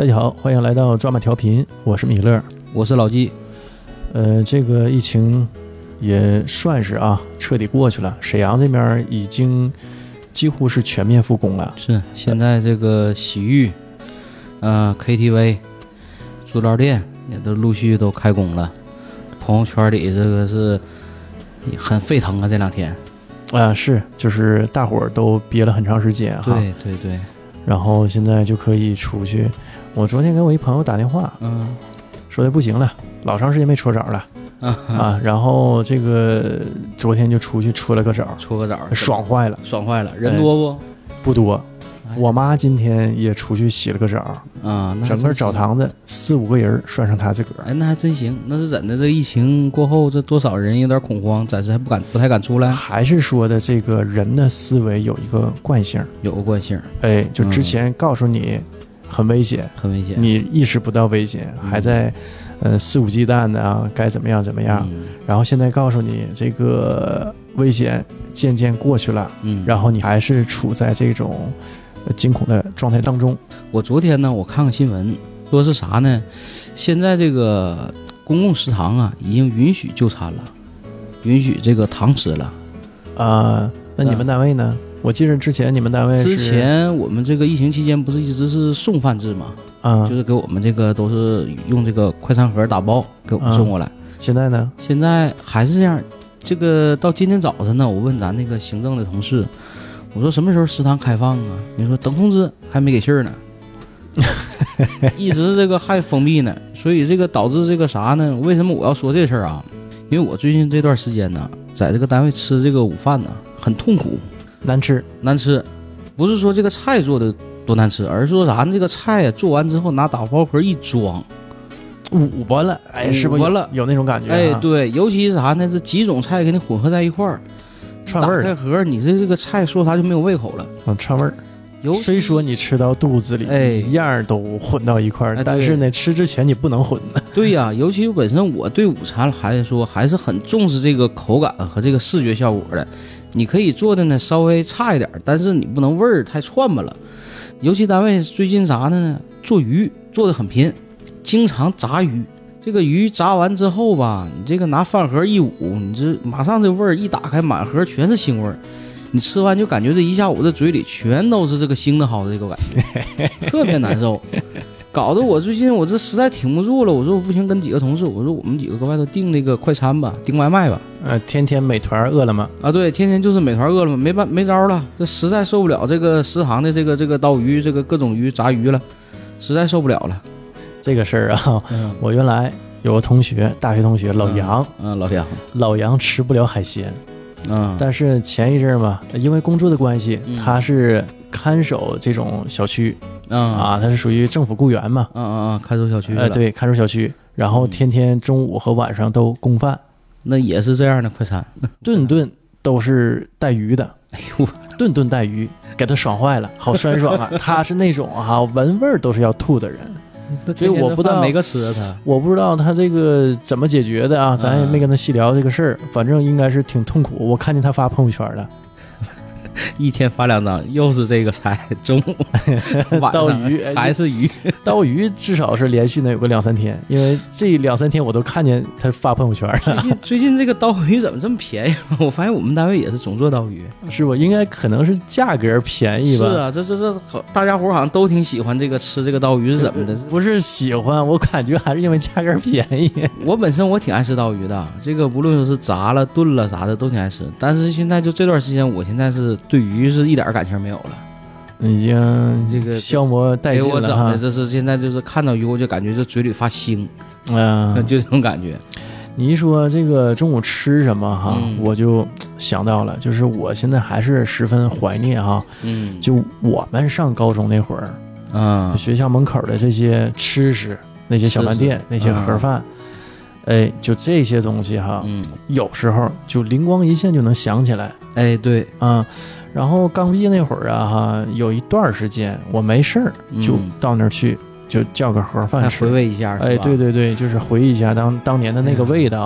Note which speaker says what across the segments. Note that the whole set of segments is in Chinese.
Speaker 1: 大家好，欢迎来到抓马调频，我是米勒，
Speaker 2: 我是老纪。
Speaker 1: 这个疫情也算是彻底过去了，沈阳这边已经几乎是全面复工了。
Speaker 2: 是，现在这个洗浴、KTV、足疗店也都陆续都开工了。朋友圈里这个是很沸腾啊，这两天。
Speaker 1: 是，就是大伙儿都憋了很长时间哈。
Speaker 2: 对对对。
Speaker 1: 然后现在就可以出去。我昨天给我一朋友打电话，说的不行了，老长时间没搓澡了然后这个昨天就出去搓了个澡，爽坏了，人多不？不多。我妈今天也出去洗了个澡整个澡堂子4-5个人，算上她自个儿。
Speaker 2: 那还真行。那是怎的？这疫情过后，这多少人有点恐慌，暂时还不太敢出来。
Speaker 1: 还是说的这个人的思维有一个惯性，就之前告诉你很危险，你意识不到危险，还在肆无忌惮的该怎么样，然后现在告诉你这个危险渐渐过去了，然后你还是处在这种惊恐的状态当中。
Speaker 2: 我昨天呢，我看个新闻，说是啥呢？现在这个公共食堂已经允许就餐了，允许这个堂吃了。
Speaker 1: 那你们单位呢？我记得之前你们单位
Speaker 2: 之前我们这个疫情期间不是一直是送饭制嘛？就是给我们这个都是用这个快餐盒打包给我们送过来。
Speaker 1: 现在呢？
Speaker 2: 现在还是这样。这个到今天早晨呢，我问咱那个行政的同事，我说什么时候食堂开放啊？你说等通知，还没给信儿呢，一直这个还封闭呢。所以这个导致这个啥呢？为什么我要说这事儿啊？因为我最近这段时间呢，在这个单位吃这个午饭呢，很痛苦，
Speaker 1: 难吃。
Speaker 2: 不是说这个菜做的多难吃，而是说啥呢？这个菜做完之后拿打包盒一装，
Speaker 1: 捂巴了，是不是有那种感觉？
Speaker 2: 对，尤其是啥呢？这几种菜给你混合在一块儿，
Speaker 1: 串味儿。
Speaker 2: 打开盒，你这个菜说啥就没有胃口了。
Speaker 1: 串味儿。虽说你吃到肚子里，一样都混到一块儿，但是呢，吃之前你不能混的。
Speaker 2: 对呀，尤其本身我对午餐来说还是很重视这个口感和这个视觉效果的。你可以做的呢稍微差一点，但是你不能味儿太串吧了。尤其单位最近啥呢？做鱼做的很拼，经常炸鱼。这个鱼炸完之后吧，你这个拿饭盒一捂，你这马上这味儿一打开，满盒全是腥味儿。你吃完就感觉这一下午这嘴里全都是这个腥的好的这个感觉，特别难受。搞得我最近我这实在挺不住了，我说我不行，跟几个同事我说我们几个搁外头订那个快餐吧，订外卖吧。
Speaker 1: 天天美团饿了么
Speaker 2: 对，天天就是美团饿了么，没招了，这实在受不了这个食堂的这个刀鱼，这个各种鱼炸鱼了，实在受不了了。
Speaker 1: 这个事儿我原来有个同学，大学同学老杨，老杨吃不了海鲜。但是前一阵嘛，因为工作的关系，他是看守这种小区他是属于政府雇员嘛，
Speaker 2: 看守小区
Speaker 1: 对，看守小区，然后天天中午和晚上都供饭，
Speaker 2: 那也是这样的快餐，
Speaker 1: 顿顿都是带鱼的，顿顿带鱼，给他爽坏了，好酸爽他是那种闻味儿都是要吐的人。所以我不知道
Speaker 2: 没个吃他，
Speaker 1: 我不知道他这个怎么解决的咱也没跟他细聊这个事儿，反正应该是挺痛苦。我看见他发朋友圈了，
Speaker 2: 一天发2张，又是这个菜，中午晚上
Speaker 1: 刀鱼
Speaker 2: 还是鱼，
Speaker 1: 刀鱼至少是连续有个2-3天，因为这2-3天我都看见他发朋友圈了。
Speaker 2: 最近这个刀鱼怎么这么便宜？我发现我们单位也是总做刀鱼，
Speaker 1: 是不？应该可能是价格便宜吧？
Speaker 2: 是啊，这大家伙好像都挺喜欢这个吃这个刀鱼是怎么的？
Speaker 1: 不是喜欢，我感觉还是因为价格便宜。
Speaker 2: 我本身我挺爱吃刀鱼的，这个无论说是炸了、炖了啥的都挺爱吃，但是现在就这段时间，我现在是对鱼是一点感情没有了，
Speaker 1: 已经这个消磨殆尽了。给我整
Speaker 2: 的这是现在就是看到鱼我就感觉这嘴里发腥，就这种感觉。
Speaker 1: 你一说这个中午吃什么我就想到了，就是我现在还是十分怀念就我们上高中那会儿学校门口的这些吃食，那些小饭店，那些盒饭，就这些东西有时候就灵光一现就能想起来。
Speaker 2: 对
Speaker 1: 然后刚毕业那会儿有一段时间我没事儿就到那儿去，就叫个盒饭吃，
Speaker 2: 回味一下。
Speaker 1: 对，就是回忆一下当年的那个味道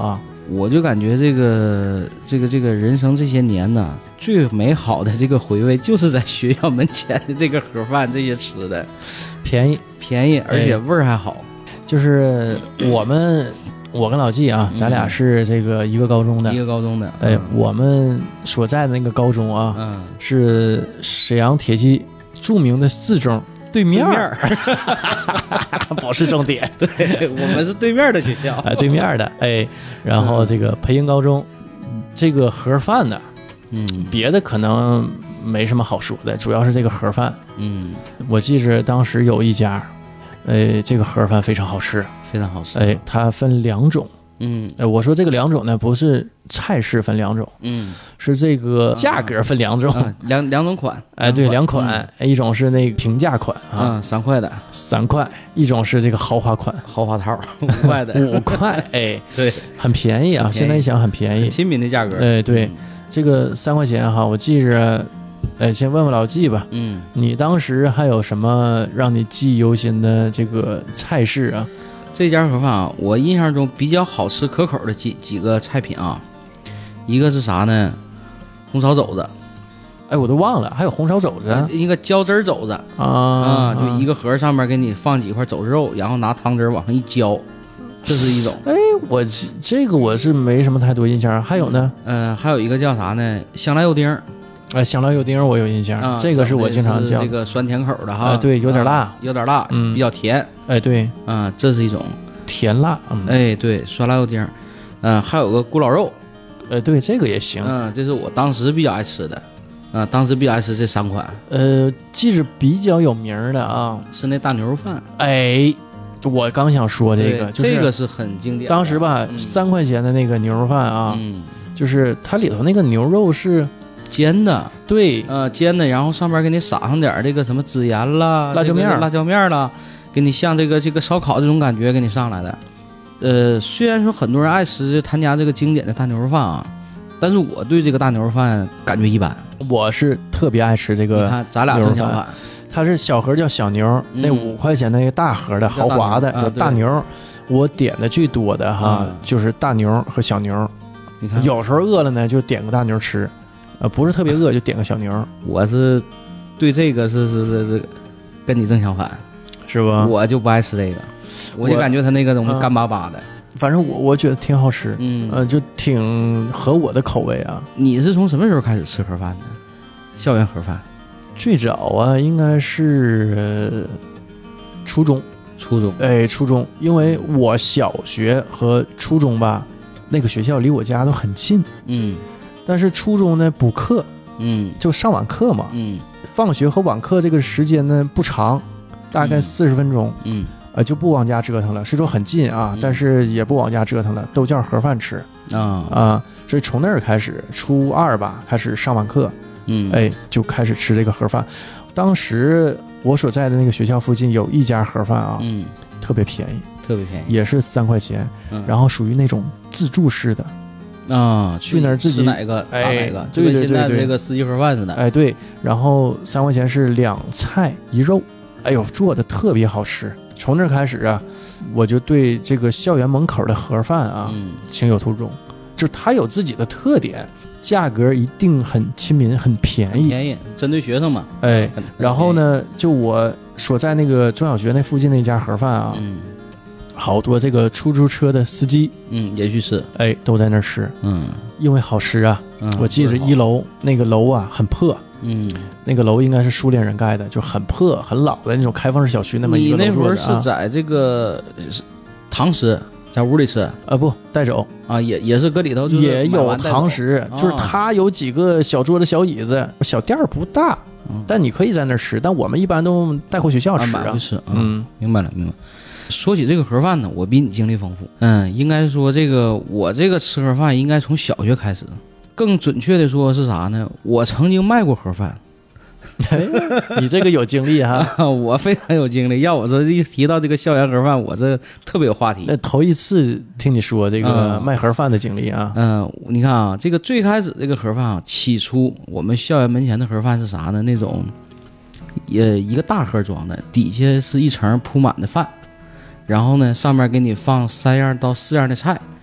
Speaker 2: 我就感觉这个人生这些年呢，最美好的这个回味就是在学校门前的这个盒饭，这些吃的
Speaker 1: 便宜，
Speaker 2: 而且味儿还好。
Speaker 1: 就是我跟老纪啊，咱俩是这个一个高中的，我们所在的那个高中啊，是沈阳铁西著名的四中对面不是重点，
Speaker 2: 对，我们是对面的学校，
Speaker 1: 对面的，然后这个培英高中，这个盒饭呢，别的可能没什么好说的，主要是这个盒饭，我记着当时有一家，这个盒饭非常好吃，
Speaker 2: 非常好吃，
Speaker 1: 它分2种。我说这个2种呢，不是菜式分2种，是这个价格分2种，
Speaker 2: 两种款，
Speaker 1: 对，2款，一种是那个平价款啊
Speaker 2: ，3块的
Speaker 1: ，3块，一种是这个豪华款，
Speaker 2: 豪华套5块的
Speaker 1: ，5块，对，很便宜啊，现在一想很便宜，
Speaker 2: 很亲民的价格，
Speaker 1: 对，这个3块钱哈，我记着，先问问老纪吧，你当时还有什么让你记忆犹新的这个菜式啊？
Speaker 2: 这家盒饭啊，我印象中比较好吃可口的几个菜品啊，一个是啥呢？红烧肘子，
Speaker 1: 我都忘了，还有红烧肘子，
Speaker 2: 一个浇汁肘子啊，就一个盒上面给你放几块肘子肉，然后拿汤汁往上一浇，这是一种。
Speaker 1: 我这个我是没什么太多印象。还有呢？
Speaker 2: 还有一个叫啥呢？香辣油丁。
Speaker 1: 香辣油丁我有印象，这个是我经常叫，
Speaker 2: 这个酸甜口的哈，
Speaker 1: 对，有点辣，
Speaker 2: 比较甜，
Speaker 1: 对，
Speaker 2: 这是一种
Speaker 1: 甜辣，
Speaker 2: 对，酸辣油丁，还有个咕老肉，
Speaker 1: 对，这个也行，
Speaker 2: 这是我当时比较爱吃的，当时比较爱吃这3款，
Speaker 1: 记着比较有名的啊，
Speaker 2: 是那大牛肉饭，
Speaker 1: 我刚想说这个，
Speaker 2: 这个是很经典的，
Speaker 1: 当时吧，3块钱的那个牛肉饭啊，就是它里头那个牛肉是
Speaker 2: 煎的，
Speaker 1: 对，
Speaker 2: 煎的，然后上边给你撒上点这个什么孜然啦、
Speaker 1: 辣椒
Speaker 2: 面啦，给你像这个烧烤这种感觉给你上来的。虽然说很多人爱吃他家这个经典的大牛肉饭啊，但是我对这个大牛肉饭感觉一般。
Speaker 1: 我是特别爱吃这个牛肉饭，
Speaker 2: 咱俩正相反。
Speaker 1: 它是小盒叫小牛，那5块钱那个大盒的豪华的叫大牛。我点的最多的哈，就是大牛和小牛。
Speaker 2: 你看，
Speaker 1: 有时候饿了呢，就点个大牛吃。不是特别饿就点个小牛。
Speaker 2: 我是对这个是跟你正相反，
Speaker 1: 是吧？
Speaker 2: 我就不爱吃这个，我就感觉它那个东西干巴巴的。
Speaker 1: 反正我觉得挺好吃，就挺合我的口味啊。
Speaker 2: 你是从什么时候开始吃盒饭的？校园盒饭？
Speaker 1: 最早啊，应该是初中。初中，因为我小学和初中吧，那个学校离我家都很近，但是初中呢补课，就上晚课嘛，放学和晚课这个时间呢不长，大概40分钟，就不往家折腾了。虽说很近啊，但是也不往家折腾了，都叫盒饭吃所以从那儿开始，初2吧开始上晚课，就开始吃这个盒饭。当时我所在的那个学校附近有一家盒饭啊，特别便宜，也是3块钱，然后属于那种自助式的。去那儿自己
Speaker 2: 吃哪个打哪个，
Speaker 1: 对，
Speaker 2: 现在这个4季盒饭似的。
Speaker 1: 对，然后3块钱是2菜1肉，做的特别好吃。从那开始啊，我就对这个校园门口的盒饭啊，情有独钟。就它有自己的特点，价格一定很亲民，很便宜，
Speaker 2: 针对学生嘛。
Speaker 1: 然后呢，就我所在那个中小学那附近那家盒饭啊，好多这个出租车的司机，
Speaker 2: 也去吃，
Speaker 1: 都在那儿吃，因为好吃啊。我记着1楼那个楼啊很破，那个楼应该是苏联人盖的，就很破很老的那种开放式小区那么一个楼。
Speaker 2: 你那会儿是在这个堂食，在屋里吃
Speaker 1: 不带走
Speaker 2: 啊？也是搁里头，
Speaker 1: 也有堂食，就是它有几个小桌子小椅子，小店儿不大，但你可以在那儿吃。但我们一般都带回学校吃
Speaker 2: 明白了。说起这个盒饭呢，我比你经历丰富。应该说我这个吃盒饭应该从小学开始，更准确的说是啥呢？我曾经卖过盒饭。
Speaker 1: 你这个有经历哈，
Speaker 2: 我非常有经历。要我说一提到这个校园盒饭，我这特别有话题。
Speaker 1: 那头一次听你说这个卖盒饭的经历啊。
Speaker 2: 你看啊，这个最开始这个盒饭啊，起初我们校园门前的盒饭是啥呢？那种一个大盒装的，底下是一层铺满的饭。然后呢，上面给你放3样到4样的菜，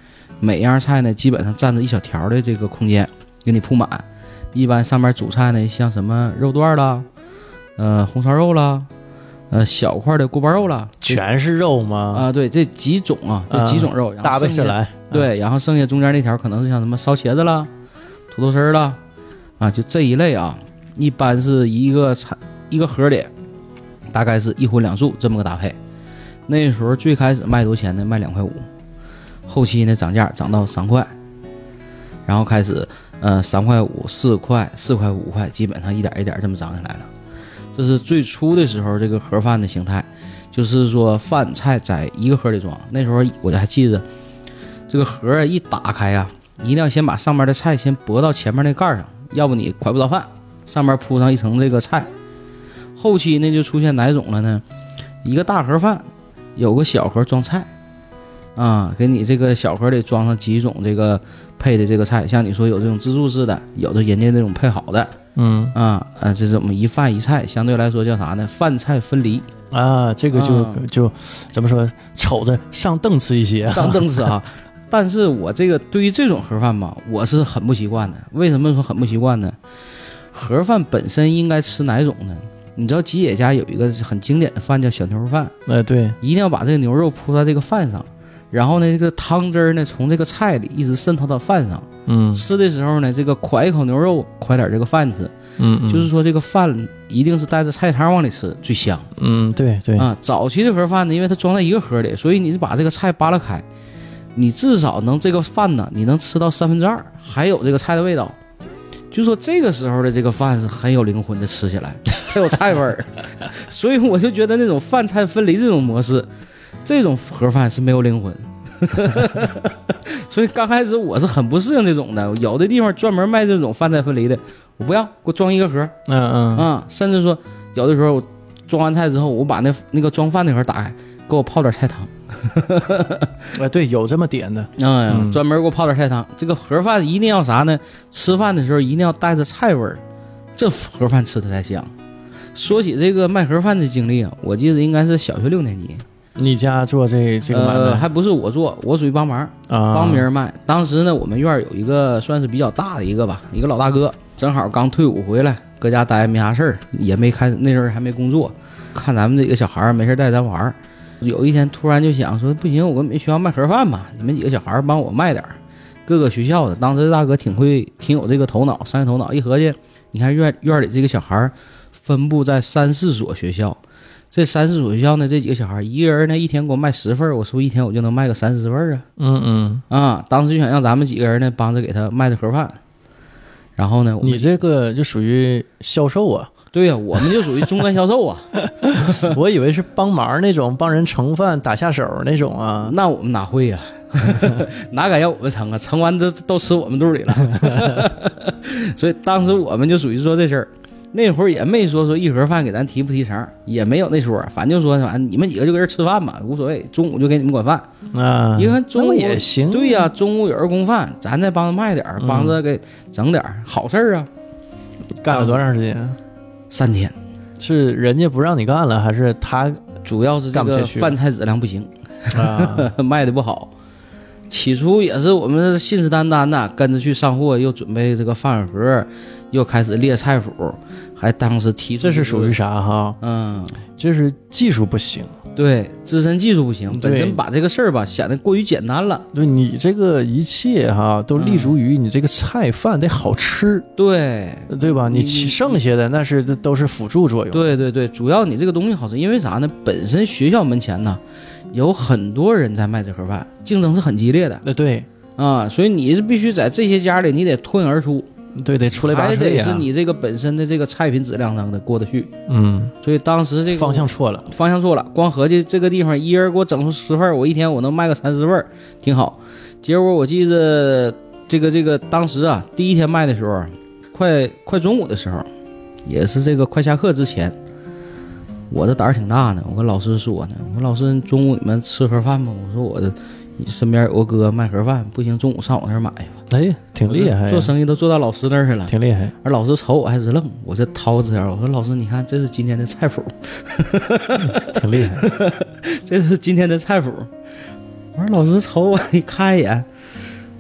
Speaker 2: 每样菜呢基本上占着一小条的这个空间给你铺满。一般上面主菜呢像什么肉段啦，红烧肉啦，小块的锅包肉啦，
Speaker 1: 全是肉吗？
Speaker 2: 对，这几种啊，这几种肉
Speaker 1: 搭配起来。
Speaker 2: 对，然后剩下中间那条可能是像什么烧茄子啦、土豆丝啦，就这一类啊。一般是一个盒里大概是1荤2素这么个搭配。那时候最开始卖多少钱呢？卖2块5，后期呢涨价涨到3块，然后开始3块5、4块、4块5块，基本上一点一点这么涨起来了。这是最初的时候这个盒饭的形态，就是说饭菜在一个盒里装。那时候我还记得这个盒一打开啊，一定要先把上面的菜先拨到前面那盖上，要不你快不到饭。上面铺上一层这个菜。后期呢就出现哪种了呢？一个大盒饭有个小盒装菜给你这个小盒里装上几种这个配的这个菜，像你说有这种自助式的，有的人家那种配好的，这是我们一饭一菜，相对来说叫啥呢？饭菜分离
Speaker 1: 这个就怎么说，瞅着上档次一些，
Speaker 2: 上档次啊。但是我这个对于这种盒饭吧，我是很不习惯的。为什么说很不习惯呢？盒饭本身应该吃哪种呢？你知道吉野家有一个很经典的饭叫小牛肉饭，
Speaker 1: 对，
Speaker 2: 一定要把这个牛肉铺在这个饭上，然后呢这个汤汁呢从这个菜里一直渗透到饭上。吃的时候呢，这个㧟一口牛肉，㧟点这个饭吃。就是说这个饭一定是带着菜汤往里吃最香。
Speaker 1: 对对
Speaker 2: 早期的盒饭呢，因为它装在一个盒里，所以你把这个菜扒拉开，你至少能这个饭呢，你能吃到2/3，还有这个菜的味道。就说这个时候的这个饭是很有灵魂的，吃起来它有菜味儿。所以我就觉得那种饭菜分离这种模式，这种盒饭是没有灵魂。所以刚开始我是很不适应这种的，有的地方专门卖这种饭菜分离的，我不要，给我装一个盒。甚至说有的时候装完菜之后，我把那个装饭那盒打开，给我泡点菜汤。
Speaker 1: 对，有这么点的，
Speaker 2: 专门给我泡点菜汤。这个盒饭一定要啥呢？吃饭的时候一定要带着菜味儿，这盒饭吃的才香。说起这个卖盒饭的经历啊，我记得应该是小学6年级。
Speaker 1: 你家做这个买卖？
Speaker 2: 还不是我做，我属于帮忙，帮别人卖。当时呢，我们院有一个算是比较大的一个老大哥，正好刚退伍回来，搁家待没啥事儿，也没开始那阵儿还没工作，看咱们这个小孩没事带咱玩。有一天突然就想说，不行，我跟你们学校卖盒饭嘛，你们几个小孩帮我卖点，各个学校的。当时大哥挺有这个头脑，商业头脑。一合计，你看院里这个小孩分布在3、4所学校，这3、4所学校呢，这几个小孩一个人呢一天给我卖10份，我说一天我就能卖个30份啊。当时就想让咱们几个人呢帮着给他卖这盒饭。然后呢，
Speaker 1: 你这个就属于销售啊。
Speaker 2: 对呀，我们就属于终端销售啊。
Speaker 1: 我以为是帮忙那种，帮人盛饭打下手那种啊。
Speaker 2: 那我们哪会呀？哪敢要我们盛啊？盛完这都吃我们肚里了。所以当时我们就属于说这事儿，那会儿也没说一盒饭给咱提不提成，也没有那说，反正就说你们几个就搁这吃饭吧，无所谓，中午就给你们管饭
Speaker 1: 啊。
Speaker 2: 你看中午
Speaker 1: 也行。
Speaker 2: 对呀，中午有人供饭，咱再帮着卖点，帮着给整点好事儿啊。
Speaker 1: 干了多长时间
Speaker 2: ？3天。
Speaker 1: 是人家不让你干了，还是他
Speaker 2: 主要是这个饭菜质量不行卖的不好。起初也是我们信誓旦旦的跟着去上货，又准备这个饭盒，又开始列菜谱，还当时提出
Speaker 1: 这是属于啥哈？就是技术不行。
Speaker 2: 对，自身技术不行，本身把这个事儿吧显得过于简单了。
Speaker 1: 对，你这个一切哈都立足于你这个菜饭得好吃，对吧？你剩下的那是都是辅助作用。
Speaker 2: 对对对，主要你这个东西好吃，因为啥呢？本身学校门前呢有很多人在卖这盒饭，竞争是很激烈的。
Speaker 1: 对
Speaker 2: 啊，所以你是必须在这些家里你得脱颖而出。
Speaker 1: 对，得出类拔萃，
Speaker 2: 还得是你这个本身的这个菜品质量上的过得去。所以当时这个
Speaker 1: 方向错了，
Speaker 2: 光合计这个地方一人给我整出10份，我一天我能卖个30份，挺好。结果我记得这个当时啊，第一天卖的时候，快中午的时候，也是这个快下课之前，我这胆儿挺大呢。我跟老师说呢，我说老师中午你们吃盒饭吗？我说我身边有个哥卖盒饭，不行，中午上我那儿买吧。
Speaker 1: 哎，挺厉害，
Speaker 2: 做生意都做到老师那儿去了，
Speaker 1: 挺厉害。
Speaker 2: 而老师瞅我还直愣，我这掏纸条，我说老师你看这是今天的菜谱。
Speaker 1: 挺厉害。
Speaker 2: 这是今天的菜谱。我说老师瞅我一看一眼，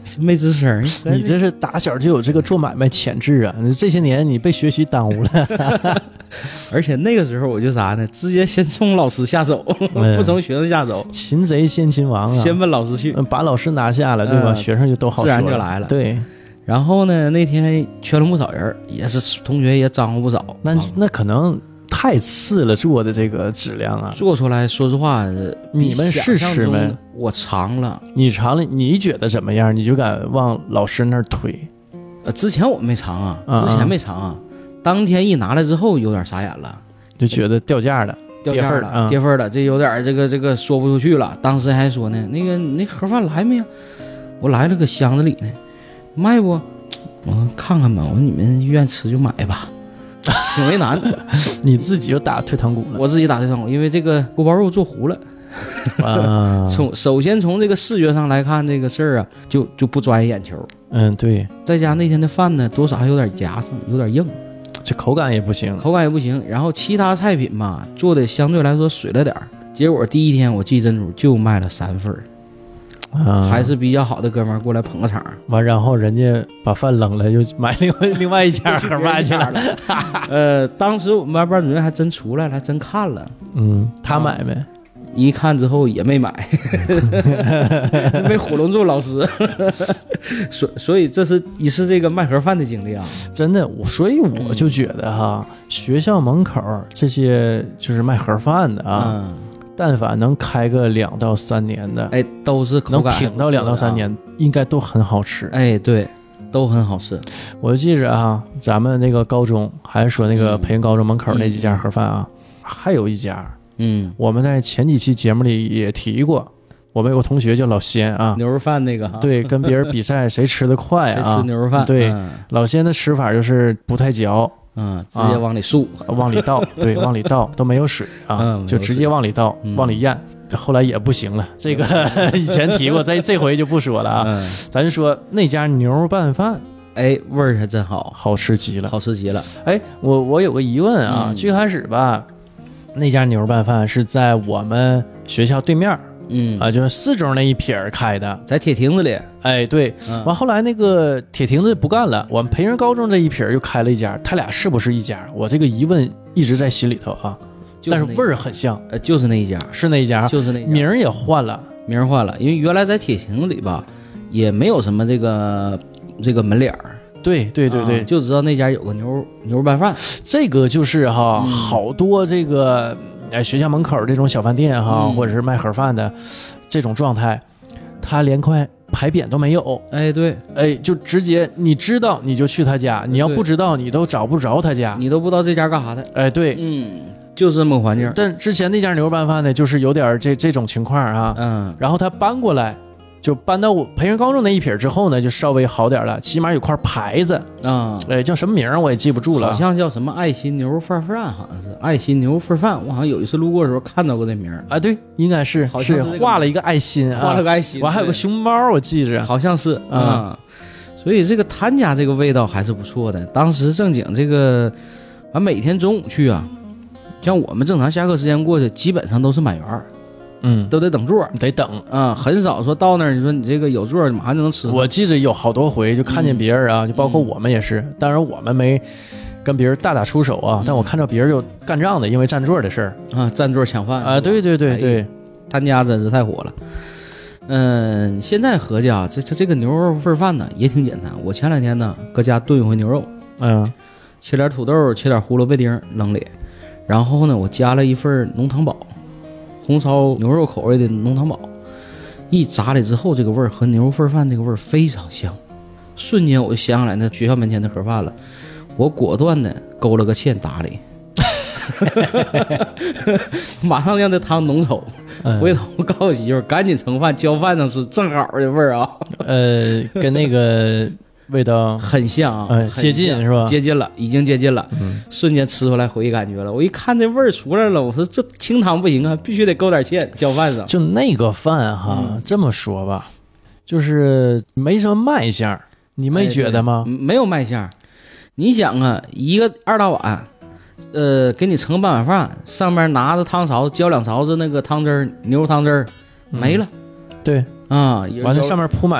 Speaker 2: 没吱声。
Speaker 1: 你这是打小就有这个做买卖潜质啊！这些年你被学习耽误了。
Speaker 2: 而且那个时候我就啥呢？直接先冲老师下手，不从学生下手。
Speaker 1: 擒贼先擒王啊！
Speaker 2: 先奔老师去，
Speaker 1: 把老师拿下了，对吧？学生就都好说，
Speaker 2: 自然就来了。
Speaker 1: 对。
Speaker 2: 然后呢，那天圈了不少人，也是同学也张罗不少。
Speaker 1: 那可能太次了，做的这个质量啊，
Speaker 2: 做出来说实话，
Speaker 1: 你们试试没？
Speaker 2: 我尝了，
Speaker 1: 你尝了，你觉得怎么样？你就敢往老师那儿推？
Speaker 2: 之前我没尝啊，之前没尝啊，当天一拿来之后有点傻眼了，
Speaker 1: 就觉得掉价了，
Speaker 2: 跌份了，这有点这个说不出去了。当时还说呢，那盒饭来没有？我来了，搁箱子里呢。卖不？我看看吧。我说你们愿吃就买吧，挺为难的。
Speaker 1: 你自己就打退堂鼓了？
Speaker 2: 我自己打退堂鼓，因为这个锅包肉做糊了。首先从这个视觉上来看，这个事儿啊，就不抓人眼球。
Speaker 1: 对。
Speaker 2: 再加那天的饭呢，多少还有点夹生，有点硬，
Speaker 1: 这口感也不行。
Speaker 2: 然后其他菜品吧，做的相对来说水了点儿。结果第一天我记珍珠就卖了3份。还是比较好的哥们儿过来捧个场，
Speaker 1: 完然后人家把饭扔了，就买另外一家盒饭去
Speaker 2: 了。当时我们班主任还真出来了，还真看了。
Speaker 1: 他买没？
Speaker 2: 一看之后也没买，没唬弄住老师。所以这是一次这个卖盒饭的经历啊，
Speaker 1: 真的。所以我就觉得哈，学校门口这些就是卖盒饭的啊。但凡能开个2到3年的，
Speaker 2: 都是口感
Speaker 1: 能挺到2到3年，应该都很好吃。
Speaker 2: 对，都很好吃。
Speaker 1: 我记着啊，咱们那个高中，还是说那个培训高中门口那几家盒饭啊，还有一家，我们在前几期节目里也提过，我们有个同学叫老仙啊，
Speaker 2: 牛肉饭那个哈，
Speaker 1: 对，跟别人比赛谁吃得快啊，
Speaker 2: 谁吃牛肉饭，
Speaker 1: 对，老仙的吃法就是不太嚼。
Speaker 2: 直接往里漱，
Speaker 1: 往里倒，对，往里倒都没有水啊，就直接往里倒，往里咽。后来也不行了，这个以前提过，这回就不说了啊。咱就说那家牛拌饭，
Speaker 2: 味儿还真好，
Speaker 1: 好吃极了，
Speaker 2: 好吃极了。
Speaker 1: 我有个疑问啊，最开始吧，那家牛拌饭是在我们学校对面。就是4中那一撇开的，
Speaker 2: 在铁亭子里。
Speaker 1: 对，完后来那个铁亭子不干了，我们培仁高中这一撇又开了一家，他俩是不是一家？我这个疑问一直在心里头啊。但是味儿很像，
Speaker 2: 就是那一家，
Speaker 1: 是那一家，
Speaker 2: 就是那一家，
Speaker 1: 名儿也换了，
Speaker 2: 因为原来在铁亭子里吧，也没有什么这个门脸儿。
Speaker 1: 对，
Speaker 2: 就知道那家有个牛肉拌饭。这
Speaker 1: 个就是哈，好多这个。学校门口这种小饭店哈，或者是卖盒饭的这种状态，他连块牌匾都没有。
Speaker 2: 对，
Speaker 1: 就直接你知道你就去他家，你要不知道你都找不着他家，
Speaker 2: 你都不知道这家干啥的。
Speaker 1: 对，
Speaker 2: 就是这么个环境。
Speaker 1: 但之前那家牛肉拌饭呢，就是有点这种情况啊。然后他搬过来。就搬到我培仁高中那一撇之后呢，就稍微好点了，起码有块牌子叫什么名我也记不住了，
Speaker 2: 好像叫什么爱心牛肉饭，好像是爱心牛肉饭。我好像有一次路过的时候看到过这名
Speaker 1: 对，应该是画了一个爱心，
Speaker 2: 画了个爱心，
Speaker 1: 我还有个熊猫，我记着
Speaker 2: 好像是所以这个他家这个味道还是不错的。当时正经这个，每天中午去啊，像我们正常下课时间过去，基本上都是满员。都得等座，
Speaker 1: 得等
Speaker 2: 很少说到那儿，你说你这个有座马上就能吃。
Speaker 1: 我记着有好多回就看见别人啊，就包括我们也是，当然我们没跟别人大出手啊，但我看到别人就干仗的，因为占座的事儿
Speaker 2: 占座抢饭
Speaker 1: 对，
Speaker 2: 他家真是太火了。现在合计啊，这个牛肉份饭呢也挺简单。我前2天呢搁家炖一回牛肉，切点土豆，切点胡萝卜丁扔里，然后呢我加了一份浓汤宝。红烧牛肉口味的浓汤宝，一炸里之后，这个味儿和牛肉份饭这个味儿非常像，瞬间我就想起来那学校门前的盒饭了，我果断的勾了个芡打里，马上让这汤浓稠，回头告诉媳妇儿赶紧盛饭浇饭上吃，正好的味儿啊。
Speaker 1: 跟那个味道
Speaker 2: 很像
Speaker 1: 接近是吧？
Speaker 2: 接近了，已经接近了。瞬间吃出来回忆感觉了。我一看这味儿出来了，我说这清汤不行啊，必须得勾点芡浇饭上。
Speaker 1: 就那个饭哈，这么说吧，就是没什么卖相，你没觉得吗？
Speaker 2: 没有卖相。你想啊，一个2大碗，给你盛半碗饭，上面拿着汤勺浇2勺子那个汤汁儿，牛肉汤汁儿，没了。
Speaker 1: 对
Speaker 2: 啊，
Speaker 1: 完了上面铺满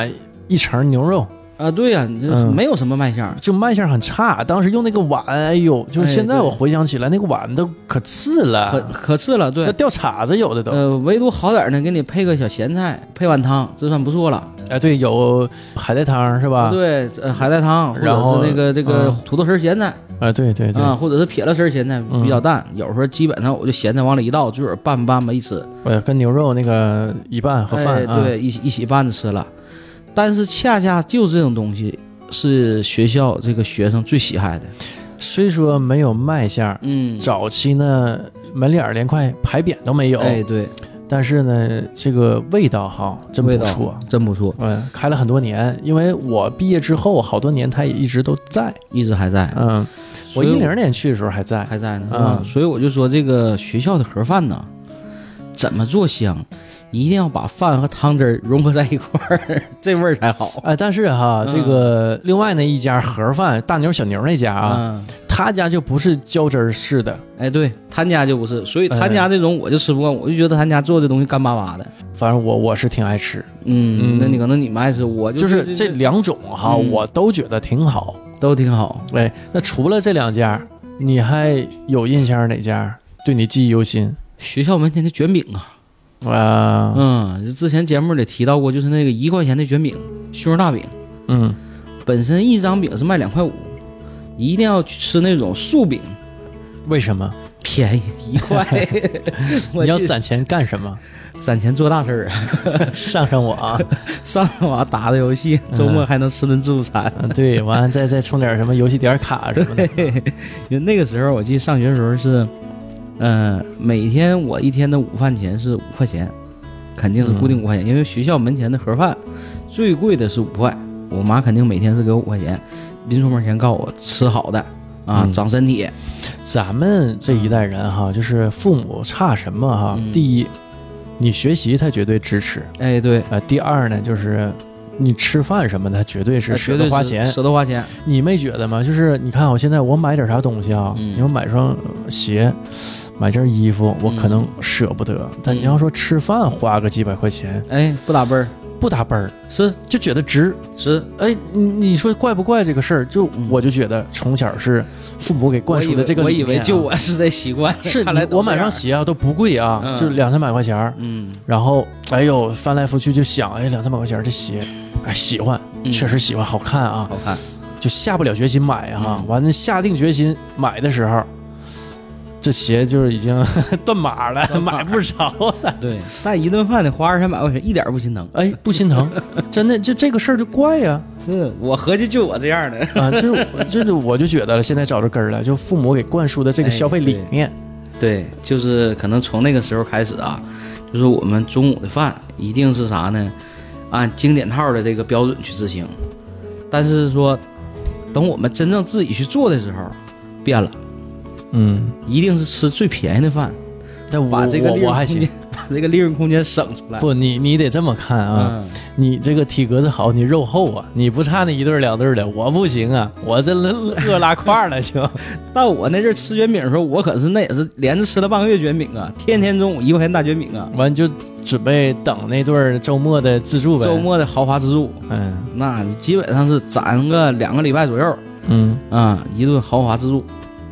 Speaker 1: 一层牛肉。
Speaker 2: 啊，对呀，这没有什么卖相，
Speaker 1: 就卖相很差。当时用那个碗，哎呦，就是现在我回想起来，那个碗都可次了，
Speaker 2: 可次了，对，
Speaker 1: 掉叉子有的都。
Speaker 2: 唯独好点呢，给你配个小咸菜，配碗汤，这算不错了。
Speaker 1: 哎，对，有海带汤是吧？
Speaker 2: 对，海带汤，
Speaker 1: 然后
Speaker 2: 是这个土豆丝咸菜。
Speaker 1: 啊，对对对，
Speaker 2: 或者是撇了丝咸菜比较淡，有时候基本上我就咸菜往里一倒，自个儿拌吧一吃。
Speaker 1: 跟牛肉那个一拌和饭，
Speaker 2: 对，一起拌着吃了。但是恰恰就这种东西是学校这个学生最喜爱的。
Speaker 1: 虽说没有卖相，早期呢门脸连块牌匾都没有，
Speaker 2: 哎，对。
Speaker 1: 但是呢，这个味道哈真不错，
Speaker 2: 真不错。
Speaker 1: 开了很多年，因为我毕业之后好多年，它也一直都在，
Speaker 2: 一直还在。
Speaker 1: 我10年去的时候还在
Speaker 2: 呢。所以我就说这个学校的盒饭呢，怎么做香，一定要把饭和汤汁融合在一块儿，这味儿才好。
Speaker 1: 但是哈，这个另外那一家盒饭大牛小牛那家啊。他家就不是浇汁式的，
Speaker 2: 哎，对他家就不是，所以他家这种我就吃不惯，我就觉得他家做的东西干巴巴的。
Speaker 1: 反正我是挺爱吃，
Speaker 2: 那你可能你们爱吃，我
Speaker 1: 就是这两种哈，我都觉得挺好，
Speaker 2: 都挺好。
Speaker 1: 哎，那除了这两家，你还有印象哪家对你记忆犹新？
Speaker 2: 学校门前的卷饼啊，之前节目里提到过，就是那个1块钱的卷饼，西红柿大饼，本身一张饼是卖2块5。一定要去吃那种素饼，
Speaker 1: 为什么？
Speaker 2: 便宜1块。
Speaker 1: 你要攒钱干什么？
Speaker 2: 攒钱做大事儿啊！
Speaker 1: 上网，
Speaker 2: 上网打打游戏，周末还能吃顿自助餐。
Speaker 1: 对，完了再充点什么游戏点卡什么的。
Speaker 2: 因为那个时候我记得上学的时候是，每天我一天的午饭钱是5块钱，肯定是固定5块钱，因为学校门前的盒饭最贵的是5块，我妈肯定每天是给我5块钱。临出门前告诉我吃好的啊，长身体。
Speaker 1: 咱们这一代人哈，就是父母差什么哈？第一，你学习他绝对支持，
Speaker 2: 哎，对。
Speaker 1: 第二呢，就是你吃饭什么的，绝对是舍得花钱，
Speaker 2: 舍得花钱。
Speaker 1: 你没觉得吗？就是你看我现在我买点啥东西啊，你说买双鞋，买件衣服，我可能舍不得，但你要说吃饭花个几百块钱，
Speaker 2: 哎，不打奔儿。
Speaker 1: 不打奔儿
Speaker 2: 是
Speaker 1: 就觉得值。哎，你说怪不怪这个事儿？就我就觉得从小是父母给灌输的这个理念。
Speaker 2: 我以为就我是这习惯。
Speaker 1: 是我买双鞋啊都不贵啊，就200-300块钱。然后哎呦翻来覆去就想，哎200-300块钱这鞋，哎喜欢，确实喜欢，好看啊，
Speaker 2: 好看，
Speaker 1: 就下不了决心买啊。完了下定决心买的时候，这鞋就是已经断码了，买不着了。
Speaker 2: 对，但一顿饭得花200-300块钱，一点不心疼。
Speaker 1: 哎，不心疼，真的，就这个事儿就怪呀。
Speaker 2: 是我合计就我这样的
Speaker 1: 啊，这我就觉得了，现在找着根儿了，就父母给灌输的这个消费理念。
Speaker 2: 对，就是可能从那个时候开始啊，就是我们中午的饭一定是啥呢？按经典套的这个标准去执行。但是说，等我们真正自己去做的时候，变了。一定是吃最便宜的饭，
Speaker 1: 但
Speaker 2: 把这个
Speaker 1: 我还行，
Speaker 2: 把这个利润空间省出来。
Speaker 1: 不，你得这么看啊，你这个体格子好，你肉厚啊，你不差那1顿2顿的，我不行啊，我这饿拉胯了就。
Speaker 2: 到我那阵吃卷饼的时候，我可是那也是连着吃了半个月卷饼啊，天天中午1块钱大卷饼啊，
Speaker 1: 完就准备等那顿周末的自助呗，
Speaker 2: 周末的豪华自助，那基本上是攒个2个礼拜左右，一顿豪华自助。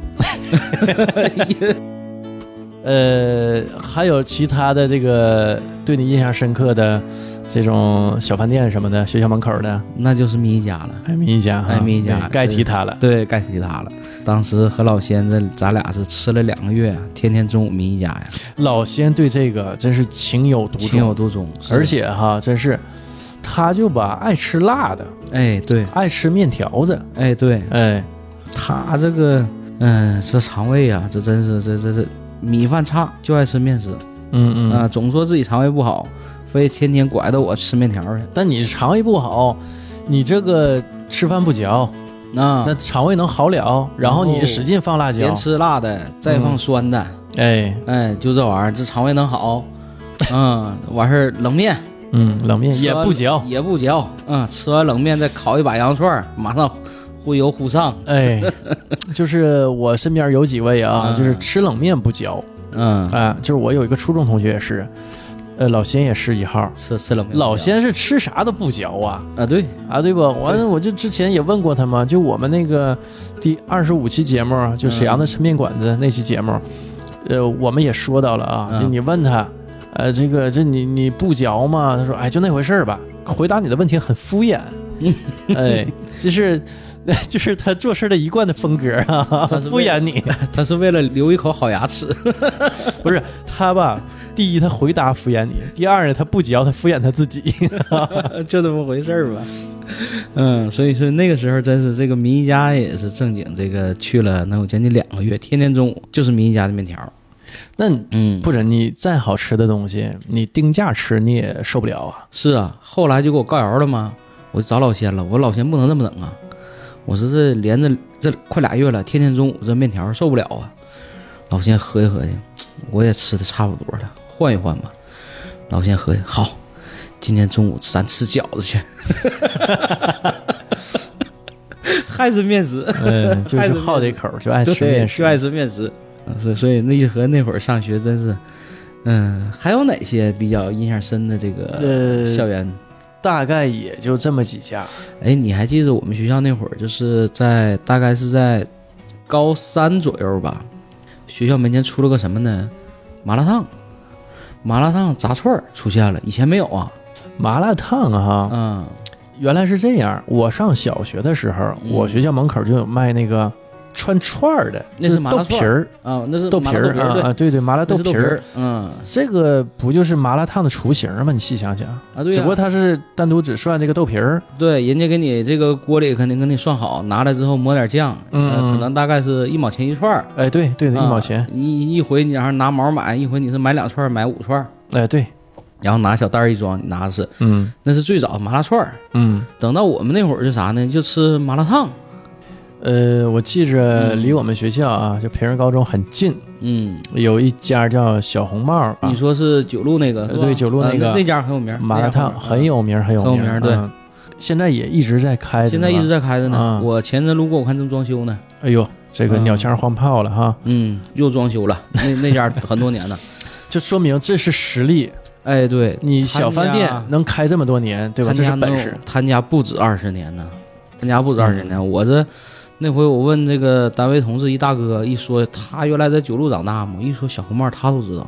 Speaker 1: 还有其他的这个对你印象深刻的这种小饭店什么的，学校门口的，
Speaker 2: 那就是咪一家了。
Speaker 1: 咪一家，
Speaker 2: 咪一家，
Speaker 1: 该提他了。
Speaker 2: 对，该提他了。当时和老仙子咱俩是吃了2个月，天天中午咪一家呀。
Speaker 1: 老仙对这个真是情有独钟，而且哈，真是他就把爱吃辣的，
Speaker 2: 哎，对，
Speaker 1: 爱吃面条子，
Speaker 2: 哎，对，
Speaker 1: 哎，
Speaker 2: 他这个。这肠胃啊，这真是这米饭差就爱吃面食，总说自己肠胃不好，非天天拐着我吃面条去。
Speaker 1: 但你肠胃不好，你这个吃饭不嚼，那肠胃能好了？然后你使劲放辣椒，
Speaker 2: 连吃辣的再放酸的，
Speaker 1: 哎，
Speaker 2: 就这玩意儿，这肠胃能好？完事儿冷面，
Speaker 1: 冷面也不嚼，
Speaker 2: 吃完冷面再烤一把羊肉串，马上。忽悠忽上，
Speaker 1: 哎，就是我身边有几位啊，就是吃冷面不嚼，就是我有一个初中同学也是， 老仙也是1号，
Speaker 2: 吃冷面。
Speaker 1: 老仙是吃啥都不嚼啊。
Speaker 2: 对
Speaker 1: 吧？我就之前也问过他嘛，就我们那个第25期节目，就沈阳的抻面馆子那期节目，我们也说到了啊。你问他，这你不嚼吗？他说，哎，就那回事吧。回答你的问题很敷衍，哎，就是他做事的一贯的风格啊，敷衍你。
Speaker 2: 他是为了留一口好牙齿。
Speaker 1: 不是他吧？第一，他回答敷衍你；第二呢，他不嚼，他敷衍他自己，
Speaker 2: 就这么回事吧。所以说那个时候真是这个民一家也是正经这个去了能有将近2个月，天天中午就是民一家的面条。
Speaker 1: 那不是你再好吃的东西，你定价吃你也受不了啊。
Speaker 2: 是啊，后来就给我告谣了嘛，我就找老仙了，我说老仙不能这么整啊，我说这连着这快2月了，天天中午这面条受不了啊。老仙合计合计，我也吃的差不多了，换一换吧。老仙合计好，今天中午咱吃饺子去。还是面食，
Speaker 1: 就是好这口，就爱吃面食，
Speaker 2: 就爱吃面食。所以那一和那会儿上学真是，还有哪些比较印象深的这个校园？
Speaker 1: 大概也就这么几家。
Speaker 2: 哎，你还记得我们学校那会儿就是大概是在高3左右吧？学校门前出了个什么呢？麻辣烫炸串出现了，以前没有啊。
Speaker 1: 麻辣烫啊，原来是这样。我上小学的时候，我学校门口就有卖那个串串的，
Speaker 2: 那是麻辣
Speaker 1: 豆皮儿
Speaker 2: 啊，那是
Speaker 1: 豆皮儿啊，对，麻辣豆皮儿，这个不就是麻辣烫的雏形吗？你细想想
Speaker 2: 啊，对，
Speaker 1: 只不过它是单独只涮这个豆皮儿，
Speaker 2: 对，人家给你这个锅里肯定给你涮好，拿来之后抹点酱，可能大概是1毛钱1串，
Speaker 1: 哎，对，1毛钱，
Speaker 2: 一回你要是拿毛买，一回你是买2串买5串，
Speaker 1: 哎，对。
Speaker 2: 然后拿小袋一装，你拿着吃，那是最早的麻辣串，等到我们那会儿是啥呢？就吃麻辣烫。
Speaker 1: 我记着离我们学校啊，就培仁高中很近，有一家叫小红帽，
Speaker 2: 你说是9路那个？
Speaker 1: 对，9路那个
Speaker 2: 那家很有名，
Speaker 1: 麻辣烫很有名，很有名，
Speaker 2: 对。
Speaker 1: 现在也一直在开着，
Speaker 2: 现在一直在开着呢。我前阵路过，我看正装修呢。
Speaker 1: 哎呦，这个鸟枪换炮了哈，
Speaker 2: 又装修了，那家很多年了，
Speaker 1: 就说明这是实力。
Speaker 2: 哎，对，
Speaker 1: 你小饭店能开这么多年，对吧？这是本事。
Speaker 2: 他家不止20年呢，他家不止20年。我这那回我问这个单位同事一大哥，一说他原来在9路长大嘛，一说小红帽他都知道。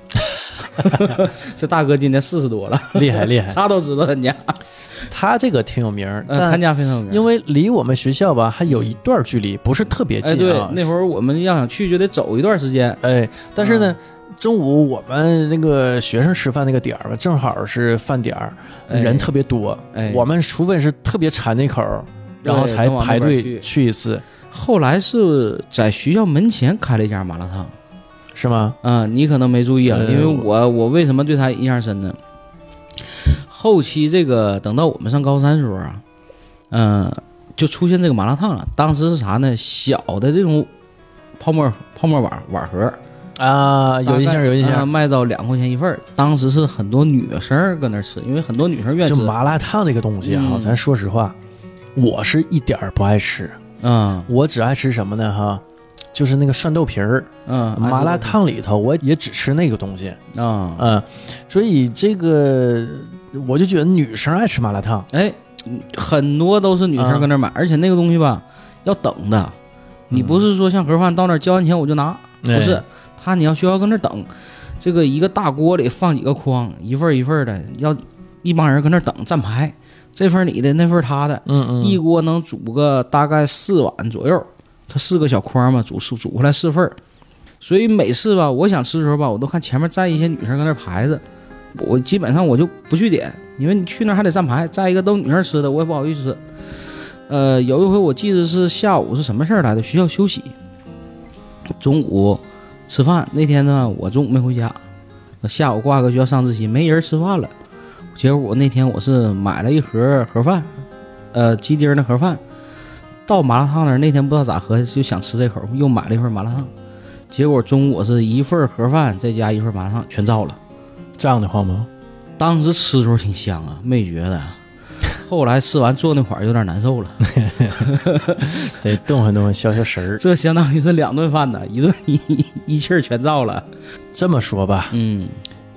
Speaker 2: 这大哥今年40多了，
Speaker 1: 厉害，
Speaker 2: 他都知道他家。
Speaker 1: 他这个挺有名，
Speaker 2: 他家非常有名，
Speaker 1: 因为离我们学校吧还有一段距离，不是特别近。
Speaker 2: 对，那会儿我们要想去就得走一段时间。
Speaker 1: 但是呢。中午我们那个学生吃饭那个点儿吧，正好是饭点儿，人特别多。我们除非是特别馋那口，然后才排队去一次。
Speaker 2: 后来是在学校门前开了一家麻辣烫，
Speaker 1: 是吗？
Speaker 2: 你可能没注意啊，因为我为什么对他印象深呢？后期这个等到我们上高3时候啊，就出现这个麻辣烫了。当时是啥呢？小的这种泡沫碗盒。
Speaker 1: 有印象，
Speaker 2: 卖到2块钱一份。当时是很多女生搁那吃，因为很多女生愿意吃。
Speaker 1: 就麻辣烫这个东西啊，咱说实话，我是一点不爱吃。我只爱吃什么呢？哈，就是那个涮豆皮儿。麻辣烫里头我也只吃那个东西。所以这个我就觉得女生爱吃麻辣烫。
Speaker 2: 很多都是女生搁那买，而且那个东西吧要等的，你不是说像盒饭到那儿交完钱我就拿，不是。你要需要搁那等，这个一个大锅里放几个筐，一份一份的，要一帮人搁那等站排，这份你的，那份他的，一锅能煮个大概4碗左右，它4个小筐嘛，煮回来4份，所以每次吧，我想吃的时候吧，我都看前面站一些女生搁那排着，我基本上我就不去点，因为你去那还得站排，再一个都女生吃的，我也不好意思。有一回我记得是下午是什么事儿来的，学校休息，中午吃饭那天呢，我中午没回家，下午挂个学校上自习，没人吃饭了。结果我那天我是买了一盒饭，鸡丁的盒饭，到麻辣烫那儿那天不知道咋合计就想吃这口，又买了一份麻辣烫。结果中午我是一份盒饭再加一份麻辣烫全造了。
Speaker 1: 这样的话吗？
Speaker 2: 当时吃的时候挺香啊，没觉得。后来吃完坐那会儿有点难受了，
Speaker 1: 得动很动消消食儿。
Speaker 2: 这相当于是2顿饭呢，一顿一气儿全造了。
Speaker 1: 这么说吧，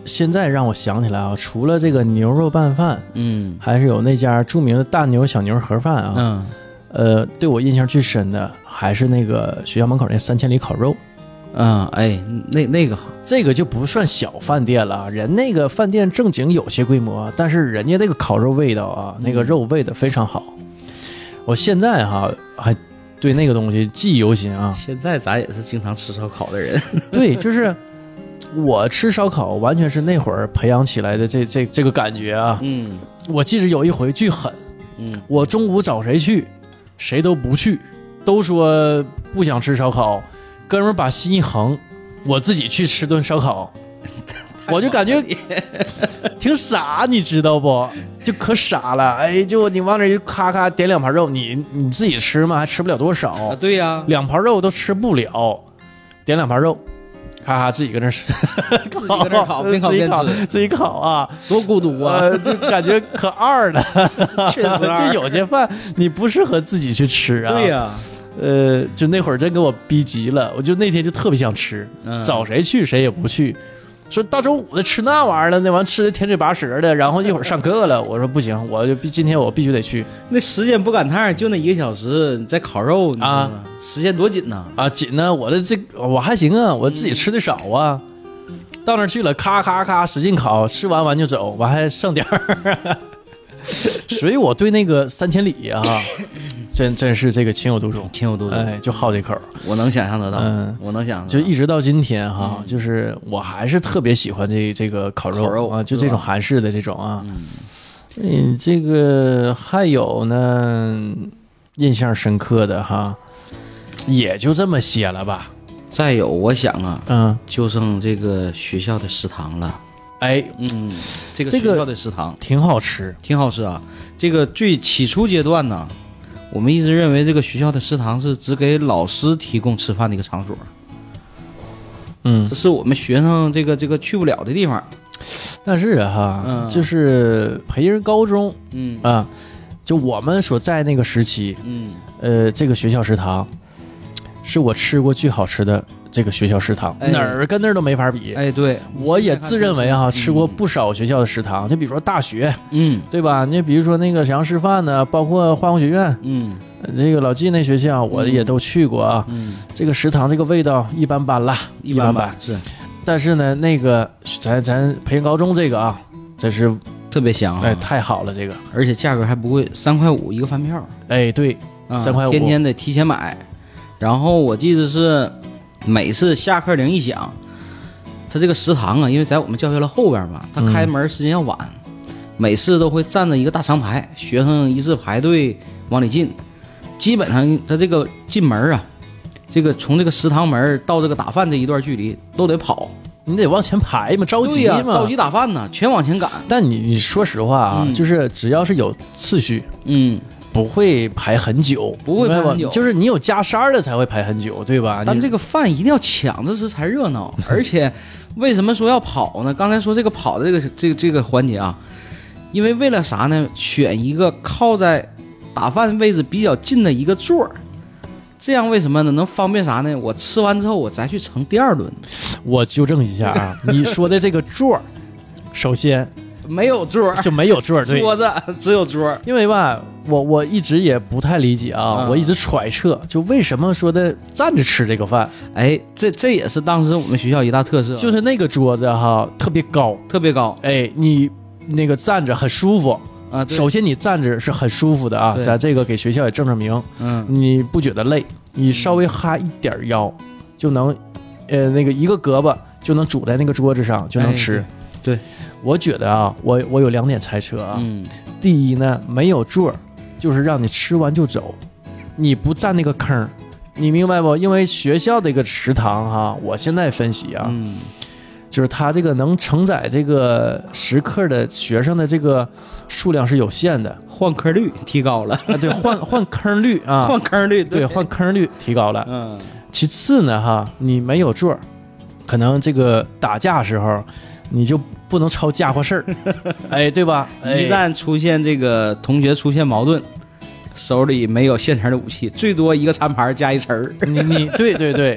Speaker 1: 现在让我想起来啊，除了这个牛肉拌饭，还是有那家著名的大牛小牛盒饭啊，对我印象最深的还是那个学校门口那3000里烤肉。
Speaker 2: 哎，那个好，
Speaker 1: 这个就不算小饭店了，人那个饭店正经有些规模，但是人家那个烤肉味道啊，那个肉味道非常好。我现在还对那个东西记忆犹新啊。
Speaker 2: 现在咱也是经常吃烧烤的人。
Speaker 1: 对，就是我吃烧烤完全是那会儿培养起来的这个感觉啊。我记得有一回巨狠，我中午找谁去，谁都不去，都说不想吃烧烤。哥们儿把心一横，我自己去吃顿烧烤，我就感觉挺傻，你知道不？就可傻了，哎，就你往那一咔咔点2盘肉，你自己吃吗？还吃不了多少啊？
Speaker 2: 对呀
Speaker 1: ，2盘肉都吃不了，点2盘肉，咔咔自己搁那吃，
Speaker 2: 自己搁那烤，边烤边吃，
Speaker 1: 自己烤啊，
Speaker 2: 多孤独啊！
Speaker 1: 就感觉可二了，
Speaker 2: 确实二，
Speaker 1: 就有些饭你不适合自己去吃啊。
Speaker 2: 对呀。
Speaker 1: 就那会儿真给我逼急了，我就那天就特别想吃，找谁去谁也不去，说大周五的吃那玩意儿了，那玩意儿吃的甜嘴拔舌的，然后一会儿上课了，我说不行，今天我必须得去。
Speaker 2: 那时间不赶趟，就那1个小时，在烤肉啊，时间多紧呐！
Speaker 1: 紧呢，我还行啊，我自己吃的少啊，到那去了，咔咔咔使劲烤，吃完就走，完还剩点儿。所以我对那个3000里啊，真是这个情有独钟，哎，就好这口。
Speaker 2: 我能想象得到，我能想象，
Speaker 1: 就一直到今天哈，就是我还是特别喜欢这个烤肉啊，就这种韩式的这种啊。这个还有呢，印象深刻的哈，也就这么些了吧。
Speaker 2: 再有，我想啊，就剩这个学校的食堂了。
Speaker 1: 哎，
Speaker 2: 这个学校的食堂
Speaker 1: 挺好吃，
Speaker 2: 挺好吃啊。这个最起初阶段呢，我们一直认为这个学校的食堂是只给老师提供吃饭的一个场所。这是我们学生这个去不了的地方。
Speaker 1: 但是哈，就是培仁高中，就我们所在那个时期，这个学校食堂是我吃过最好吃的。这个学校食堂哪儿跟那儿都没法比。
Speaker 2: 哎，对，
Speaker 1: 我也自认为吃过不少学校的食堂，就比如说大学，对吧？你比如说那个沈阳师范的，包括化工学院，这个老纪那学校我也都去过啊。这个食堂这个味道一般般啦，一般般
Speaker 2: 是。
Speaker 1: 但是呢，那个咱培仁高中这个啊，这是
Speaker 2: 特别香啊，
Speaker 1: 哎，太好了这个，
Speaker 2: 而且价格还不贵，3块5一个饭票。
Speaker 1: 哎，对，3块5，
Speaker 2: 天天得提前买。然后我记得是。每次下课铃一响，他这个食堂啊，因为在我们教学楼后边嘛，他开门时间要晚，每次都会站着一个大长排，学生一字排队往里进。基本上他这个进门啊，这个从这个食堂门到这个打饭这一段距离都得跑，
Speaker 1: 你得往前排嘛，着急嘛，
Speaker 2: 着急打饭呢，全往前赶。
Speaker 1: 但你说实话啊，就是只要是有次序，不会排很久，
Speaker 2: 不会排很久，
Speaker 1: 就是你有加塞的才会排很久，对吧？
Speaker 2: 但这个饭一定要抢着吃才热闹。而且为什么说要跑呢？刚才说这个跑的这个环节啊，因为为了啥呢？选一个靠在打饭位置比较近的一个座儿，这样为什么呢？能方便啥呢？我吃完之后我再去盛第2顿。
Speaker 1: 我纠正一下啊，你说的这个座儿，首先
Speaker 2: 没有桌，
Speaker 1: 就没有桌，对，
Speaker 2: 桌子只有桌。
Speaker 1: 因为吧，我一直也不太理解啊，我一直揣测，就为什么说的站着吃这个饭？
Speaker 2: 哎，这也是当时我们学校一大特色，
Speaker 1: 就是那个桌子哈特别高，
Speaker 2: 特别高。
Speaker 1: 哎，你那个站着很舒服啊。首先你站着是很舒服的啊，咱这个给学校也证明，你不觉得累，你稍微哈一点腰就能，那个一个胳膊就能拄在那个桌子上就能吃。
Speaker 2: 对，
Speaker 1: 我觉得啊，我有2点猜测啊。第一呢，没有座，就是让你吃完就走，你不占那个坑，你明白不？因为学校的一个食堂哈，我现在分析啊，就是它这个能承载这个10课的学生的这个数量是有限的，
Speaker 2: 换科率提高了
Speaker 1: 啊，对，换坑率啊，
Speaker 2: 换坑率，
Speaker 1: 对，换坑率提高了。其次呢，哈，你没有座，可能这个打架时候。你就不能抄家伙事儿，哎，对吧？
Speaker 2: 一旦出现这个同学出现矛盾，手里没有现成的武器，最多一个餐盘加一词儿。
Speaker 1: 你对对对，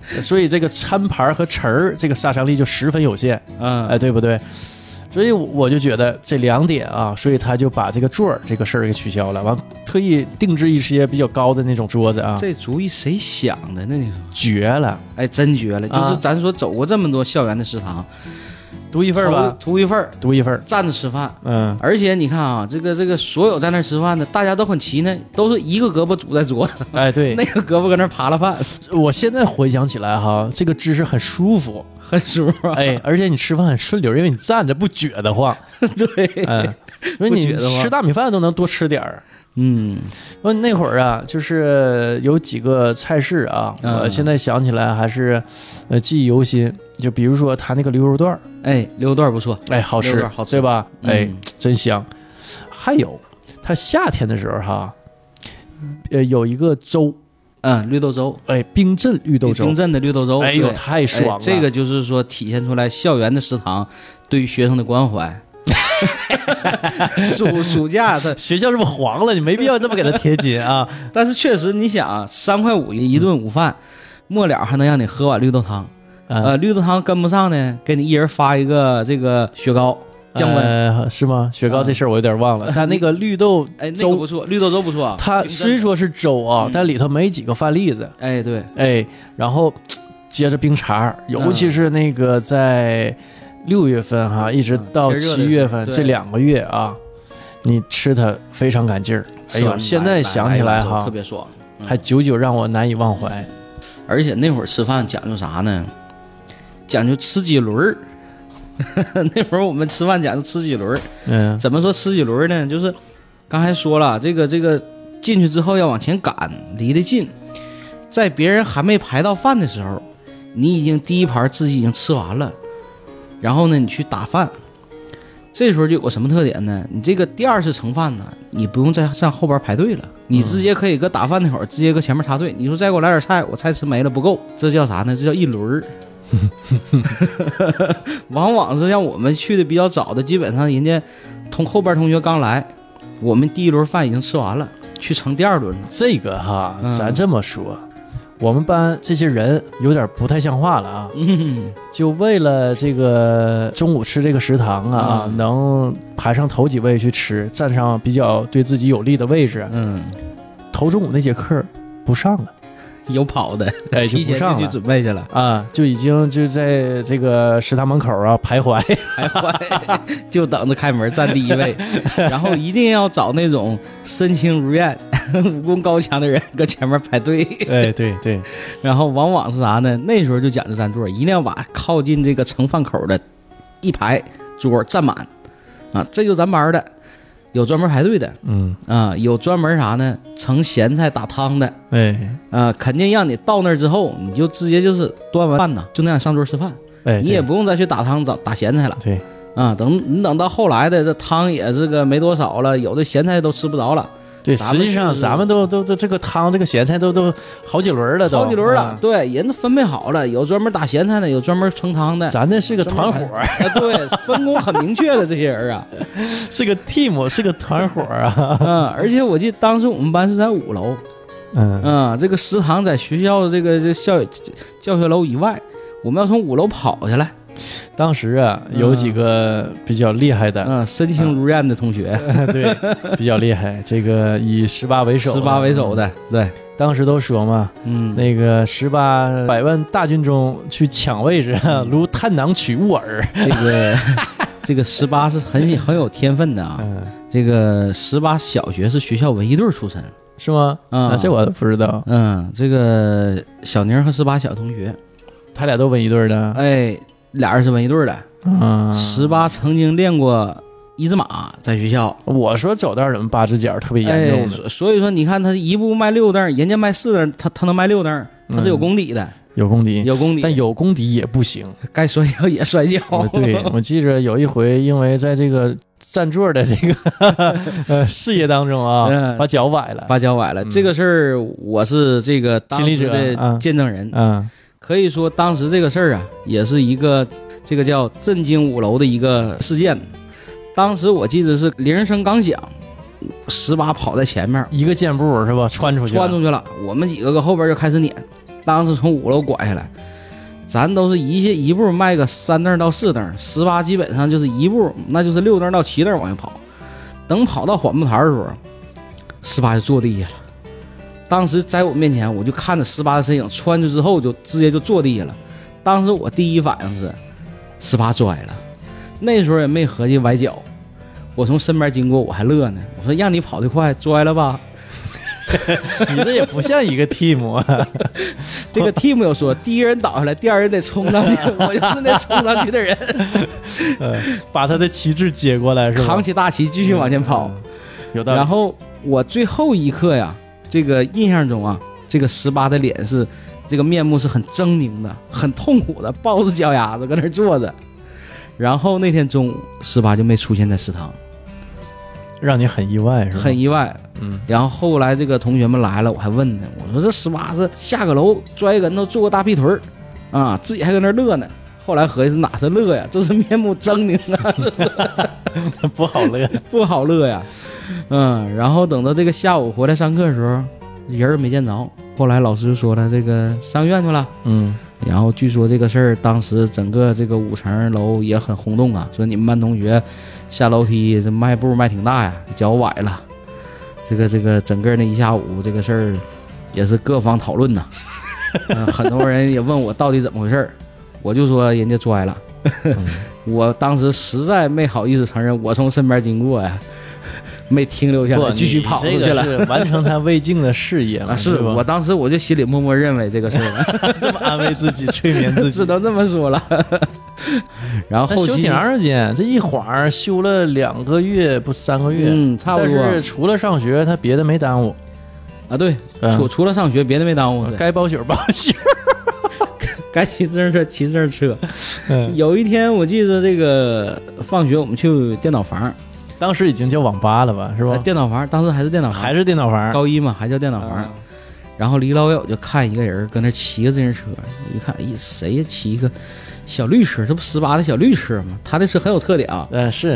Speaker 1: 所以这个餐盘和匙儿这个杀伤力就十分有限，对不对？所以我就觉得这2点啊，所以他就把这个座儿这个事儿给取消了，完特意定制一些比较高的那种桌子啊。
Speaker 2: 这主意谁想的呢？你说
Speaker 1: 绝了，
Speaker 2: 哎，真绝了！就是咱说走过这么多校园的食堂。
Speaker 1: 独一份吧，
Speaker 2: 独一份，站着吃饭。而且你看啊，这个所有在那吃饭的，大家都很齐呢，都是一个胳膊拄在桌子，
Speaker 1: 哎，对，
Speaker 2: 那个胳膊搁那扒拉饭。
Speaker 1: 我现在回想起来哈，这个姿势很舒服，
Speaker 2: 很舒服，
Speaker 1: 哎，而且你吃饭很顺溜，因为你站着不觉得慌。
Speaker 2: 对，
Speaker 1: 所以你吃大米饭都能多吃点儿。那会儿啊，就是有几个菜式啊，我现在想起来还是记忆犹新。就比如说他那个溜肉段，
Speaker 2: 哎，溜肉段不错，
Speaker 1: 哎，好吃，对吧？哎，真香。还有他夏天的时候哈，有一个粥，
Speaker 2: 绿豆粥，
Speaker 1: 哎，冰镇绿豆粥，
Speaker 2: 冰镇的绿豆粥，
Speaker 1: 哎呦，太爽了！
Speaker 2: 这个就是说体现出来校园的食堂对于学生的关怀。暑假他
Speaker 1: 学校这么黄了，你没必要这么给他贴金啊。
Speaker 2: 但是确实，你想3块5一顿午饭，末了还能让你喝碗绿豆汤。绿豆汤跟不上呢，给你一人发一个这个雪糕降温，
Speaker 1: 是吗？雪糕这事儿我有点忘了。但那个绿豆
Speaker 2: 哎，那个不错，绿豆粥不错。
Speaker 1: 它虽说是粥啊，但里头没几个饭粒子。
Speaker 2: 哎，对，
Speaker 1: 哎，然后接着冰碴，尤其是那个在6月份哈，一直到7月份这2个月啊，你吃它非常赶劲儿。哎呦，现在想起来哈，
Speaker 2: 特别爽，
Speaker 1: 还久久让我难以忘怀。
Speaker 2: 而且那会儿吃饭讲究啥呢？讲究吃几轮那会儿我们吃饭讲究吃几轮怎么说吃几轮呢？就是刚才说了，这个进去之后要往前赶，离得近，在别人还没排到饭的时候，你已经第一盘自己已经吃完了，然后呢你去打饭，这时候就有个什么特点呢？你这个第2次盛饭呢，你不用再上后边排队了，你直接可以搁打饭那会儿直接搁前面插队。你说再给我来点菜，我菜吃没了不够，这叫啥呢？这叫一轮往往是让我们去的比较早的，基本上人家后边同学刚来，我们第1轮饭已经吃完了，去盛第2轮了。
Speaker 1: 这个哈，咱这么说，我们班这些人有点不太像话了啊。就为了这个中午吃这个食堂啊，能排上头几位去吃，站上比较对自己有利的位置，头中午那节课不上了。
Speaker 2: 有跑的，
Speaker 1: 哎，就不上了，
Speaker 2: 就准备去了
Speaker 1: 啊，就已经就在这个食堂门口啊徘徊，
Speaker 2: 就等着开门站第1位，然后一定要找那种身轻如燕、武功高强的人搁前面排队。
Speaker 1: 哎，对对，
Speaker 2: 然后往往是啥呢？那时候就讲究占座，一定要把靠近这个盛饭口的一排桌占满啊，这就咱班的。有专门排队的，有专门啥呢？盛咸菜打汤的，肯定让你到那儿之后，你就直接就是端完饭呢，就那样上桌吃饭，你也不用再去打汤打咸菜了，
Speaker 1: 对，
Speaker 2: 等到后来的这汤也是个没多少了，有的咸菜都吃不着了。
Speaker 1: 对，实际上咱们都这个汤这个咸菜都好几轮了，都
Speaker 2: 好几轮了。对，人都分配好了，有专门打咸菜的，有专门盛汤的。
Speaker 1: 咱这是个团伙，
Speaker 2: 对，分工很明确的这些人啊，
Speaker 1: 是个 team， 是个团伙啊。
Speaker 2: 而且我记得当时我们班是在5楼，这个食堂在学校的这个教学楼以外，我们要从5楼跑下来。
Speaker 1: 当时啊，有几个比较厉害的，
Speaker 2: 身轻如燕的同学，
Speaker 1: 对，比较厉害。这个以18为首的，
Speaker 2: 对，
Speaker 1: 当时都说嘛，那个18百万大军中去抢位置，如探囊取物耳。
Speaker 2: 这个18是很有天分的啊。这个18小学是学校文艺队出身，
Speaker 1: 是吗？这我都不知道。
Speaker 2: 这个小宁和18小同学，
Speaker 1: 他俩都文艺队的，
Speaker 2: 哎。俩人是文艺队的，18曾经练过一字马，在学校。
Speaker 1: 我说走道怎么8只脚特别严重的，
Speaker 2: 所以说你看他一步迈6蹬，人家迈4蹬，他能迈6蹬，他是有功底的，
Speaker 1: 有功底，但有功底也不行，
Speaker 2: 该摔跤也摔跤。
Speaker 1: 对，我记着有一回，因为在这个占座的这个事业当中啊，把脚崴了，
Speaker 2: 这个事儿我是这个当时的见证人，可以说当时这个事儿啊，也是一个这个叫震惊5楼的一个事件。当时我记得是铃声刚响，18跑在前面，
Speaker 1: 一个箭步是吧，穿出去了。
Speaker 2: 我们几个搁后边就开始撵， 当时从5楼拐下来，咱都是一步迈个3蹬到4蹬，18基本上就是一步，那就是6蹬到7蹬往下跑。等跑到缓步台的时候，18就坐地下了。当时在我面前，我就看着18的身影穿出之后就直接就坐地下了。当时我第一反应是18摔了，那时候也没合计崴脚。我从身边经过，我还乐呢，我说让你跑得快，摔了吧。
Speaker 1: 你这也不像一个 team 啊。
Speaker 2: 这个 team 有说第一人倒下来，第二人得冲上去，我就是那冲上去的人。
Speaker 1: 把他的旗帜接过来是吧？
Speaker 2: 扛起大旗继续往前跑。
Speaker 1: 有道理。
Speaker 2: 然后我最后一刻呀，这个印象中啊，这个18的脸是这个面目是很狰狞的，很痛苦的，抱着脚丫子搁那坐着。然后那天中午18就没出现在食堂。
Speaker 1: 让你很意外是吧？
Speaker 2: 很意外。然后后来这个同学们来了，我还问呢，我说这18是下个楼摔一跟头做个大屁腿啊，自己还搁那乐呢。后来合计是哪是乐呀，这是面目狰狞啊，这是
Speaker 1: 不好乐，
Speaker 2: 不好乐呀。然后等到这个下午回来上课的时候，人没见着。后来老师就说了，这个上院去了。然后据说这个事儿当时整个这个5层楼也很轰动啊，说你们班同学下楼梯这迈步迈挺大呀，脚崴了。这个整个那一下午这个事儿也是各方讨论呐。很多人也问我到底怎么回事，我就说人家摔了。我当时实在没好意思承认我从身边经过呀，没停留下来，继续跑出去了。
Speaker 1: 这个是完成他未竟的事业嘛？
Speaker 2: 是我当时我就心里默默认为这个事儿，
Speaker 1: 这么安慰自己、催眠自己，
Speaker 2: 只能这么说了。然后后期
Speaker 1: 修挺长时间，这一晃修了2个月不3个月，
Speaker 2: 差不多。
Speaker 1: 但是除了上学，他别的没耽误
Speaker 2: 啊。对，除了上学，别的没耽误。
Speaker 1: 该包宿包宿，
Speaker 2: 该骑自行车骑自行车。有一天我记得这个放学我们去电脑房。
Speaker 1: 当时已经叫网吧了吧，是吧？
Speaker 2: 电脑房，当时还是电脑房，
Speaker 1: 还是电脑房，
Speaker 2: 高一嘛，还叫电脑房。然后离老远我就看一个人搁那骑个自行车，一看，哎，谁呀？骑一个小绿车，这不18的小绿车吗？他的车很有特点啊，
Speaker 1: 是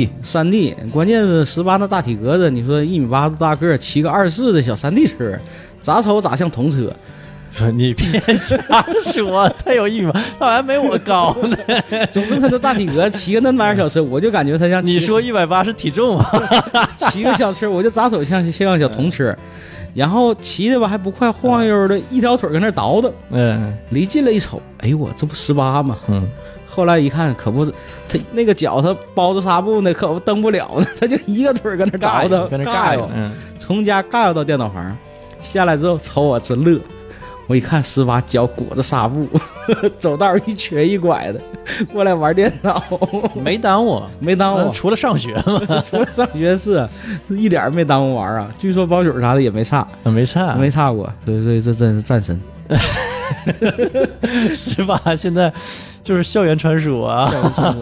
Speaker 1: 3D，
Speaker 2: 关键是18那大体格子，你说1.8米大个，骑个24的小3D车，咋瞅咋像童车。
Speaker 1: 你别瞎说，他有1米，他还没我高呢。
Speaker 2: 总之他的大体格骑个那么大小车，我就感觉他像。
Speaker 1: 你说180是体重啊？
Speaker 2: 骑个小车，我就咋瞅像小童车。然后骑的吧还不快，晃悠的，一条腿跟那倒腾。离近了一瞅，哎呦我这不18吗？后来一看，可不是，他那个脚他包着纱布呢，可不蹬不了呢，他就一个腿跟那倒腾，
Speaker 1: 跟那尬悠。
Speaker 2: 从家尬悠到电脑房，下来之后瞅我真乐。我一看18脚裹着纱布，走道一瘸一拐的过来玩电脑，
Speaker 1: 没耽误，除了上学嘛，
Speaker 2: 除了上学是一点没耽误玩啊。据说包宿啥的也没差，没差过，所以这真是战神。
Speaker 1: 18现在就是校园传说啊，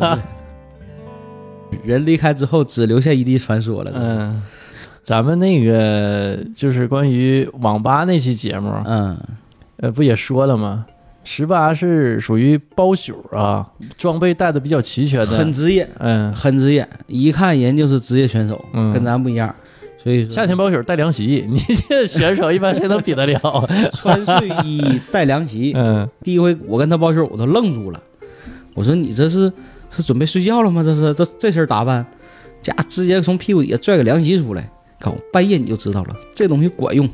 Speaker 2: 人离开之后只留下一地传说了。
Speaker 1: 咱们那个就是关于网吧那期节目，不也说了吗？18是属于包宿啊，装备带的比较齐全的，
Speaker 2: 很职业，很职业，一看人就是职业选手，跟咱不一样。所以
Speaker 1: 夏天包宿带凉席，你这选手一般谁能比得了？
Speaker 2: 穿睡衣带凉席，第一回我跟他包宿，我都愣住了。我说你这是准备睡觉了吗？这身打扮，直接从屁股底下拽个凉席出来，搞半夜你就知道了，这东西管用。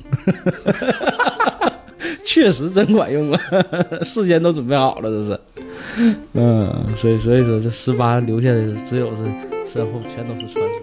Speaker 2: 确实真管用啊，事先都准备好了，这是。所以说这18留下的只有是身后全都是传说。